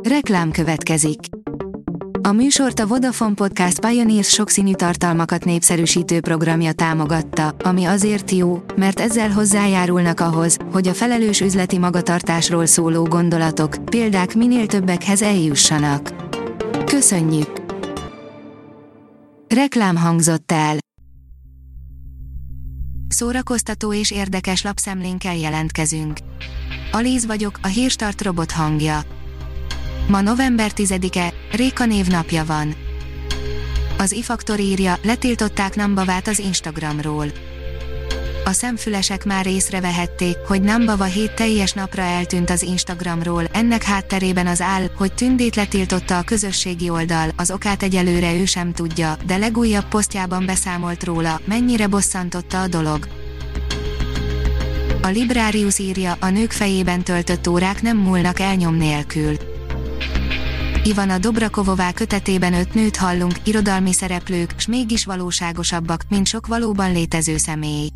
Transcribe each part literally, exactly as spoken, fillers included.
Reklám következik. A műsort a Vodafone Podcast Pioneers sokszínű tartalmakat népszerűsítő programja támogatta, ami azért jó, mert ezzel hozzájárulnak ahhoz, hogy a felelős üzleti magatartásról szóló gondolatok, példák minél többekhez eljussanak. Köszönjük! Reklám hangzott el. Szórakoztató és érdekes lapszemlénkkel jelentkezünk. Alíz vagyok, a Hírstart robot hangja. Ma november tizedike, Réka névnapja van. Az i-Faktor írja, letiltották Nambavát az Instagramról. A szemfülesek már észrevehették, hogy Nambava hét teljes napra eltűnt az Instagramról, ennek hátterében az áll, hogy Tündét letiltotta a közösségi oldal, az okát egyelőre ő sem tudja, de legújabb posztjában beszámolt róla, mennyire bosszantotta a dolog. A Librarius írja, a nők fejében töltött órák nem múlnak el nyom nélkül. Ivana Dobrakovová kötetében öt nőt hallunk, irodalmi szereplők, s mégis valóságosabbak, mint sok valóban létező személy.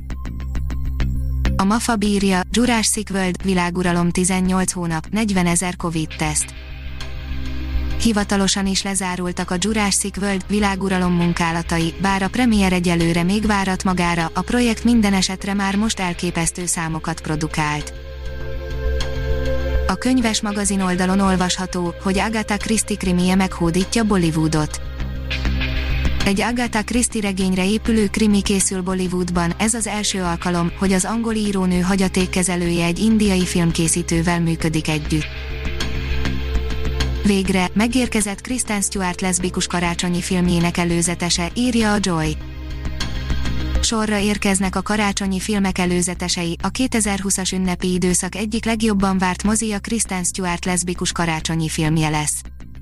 A Mafab írja, Jurassic World, világuralom tizennyolc hónap, negyvenezer Covid-teszt. Hivatalosan is lezárultak a Jurassic World, világuralom munkálatai, bár a premier egyelőre még várat magára, a projekt minden esetre már most elképesztő számokat produkált. A könyves magazin oldalon olvasható, hogy Agatha Christie krimije meghódítja Bollywoodot. Egy Agatha Christie regényre épülő krimi készül Bollywoodban, ez az első alkalom, hogy az angol írónő hagyatékkezelője egy indiai filmkészítővel működik együtt. Végre, megérkezett Kristen Stewart leszbikus karácsonyi filmjének előzetese, írja a Joy. Sorra érkeznek a karácsonyi filmek előzetesei, a kétezer-húszas ünnepi időszak egyik legjobban várt mozia Kristen Stewart leszbikus karácsonyi filmje lesz.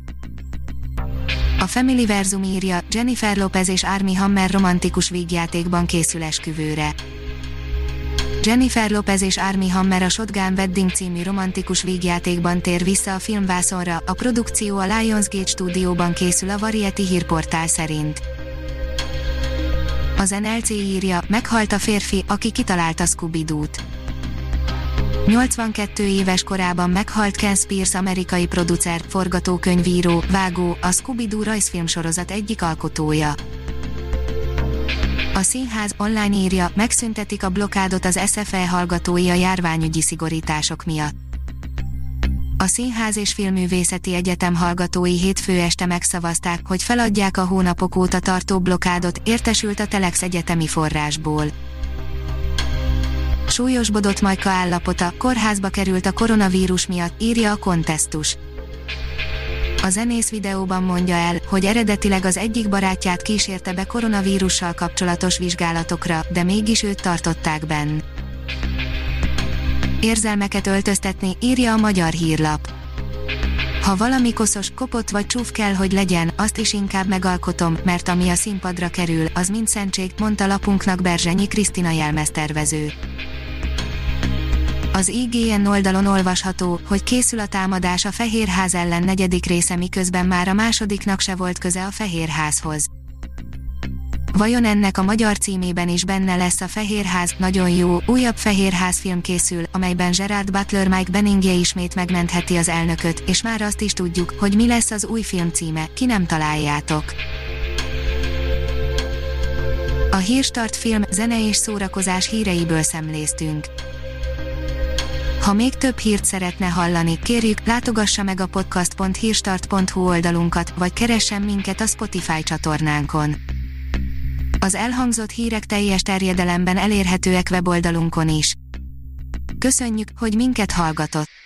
A Familyverzum írja, Jennifer Lopez és Armie Hammer romantikus vígjátékban készül esküvőre. Jennifer Lopez és Armie Hammer a Shotgun Wedding című romantikus vígjátékban tér vissza a filmvászonra, a produkció a Lionsgate stúdióban készül a Variety hírportál szerint. Az en el cé írja, meghalt a férfi, aki kitalálta Scooby-Doo-t. nyolcvankettő éves korában meghalt Ken Spears amerikai producer, forgatókönyvíró, vágó, a Scooby-Doo rajzfilmsorozat egyik alkotója. A Színház online írja, megszüntetik a blokádot az es ef e hallgatói a járványügyi szigorítások miatt. A Színház és Filmművészeti Egyetem hallgatói hétfő este megszavazták, hogy feladják a hónapok óta tartó blokádot, értesült a Telex egyetemi forrásból. Súlyosbodott Majka állapota, kórházba került a koronavírus miatt, írja a Kontesztus. A zenész videóban mondja el, hogy eredetileg az egyik barátját kísérte be koronavírussal kapcsolatos vizsgálatokra, de mégis őt tartották benn. Érzelmeket öltöztetni, írja a Magyar Hírlap. Ha valami koszos, kopott vagy csúf kell, hogy legyen, azt is inkább megalkotom, mert ami a színpadra kerül, az mind szentség, mondta lapunknak Berzsenyi Krisztina jelmeztervező. Az i gé en oldalon olvasható, hogy készül a támadás a Fehérház ellen negyedik része, miközben már a másodiknak se volt köze a Fehérházhoz. Vajon ennek a magyar címében is benne lesz a Fehérház? Nagyon jó, újabb Fehérház film készül, amelyben Gerard Butler Mike Benningje ismét megmentheti az elnököt, és már azt is tudjuk, hogy mi lesz az új film címe, ki nem találjátok. A Hírstart film, zene és szórakozás híreiből szemléztünk. Ha még több hírt szeretne hallani, kérjük, látogassa meg a podcast pont hírstart pont hu oldalunkat, vagy keressen minket a Spotify csatornánkon. Az elhangzott hírek teljes terjedelemben elérhetőek weboldalunkon is. Köszönjük, hogy minket hallgatott!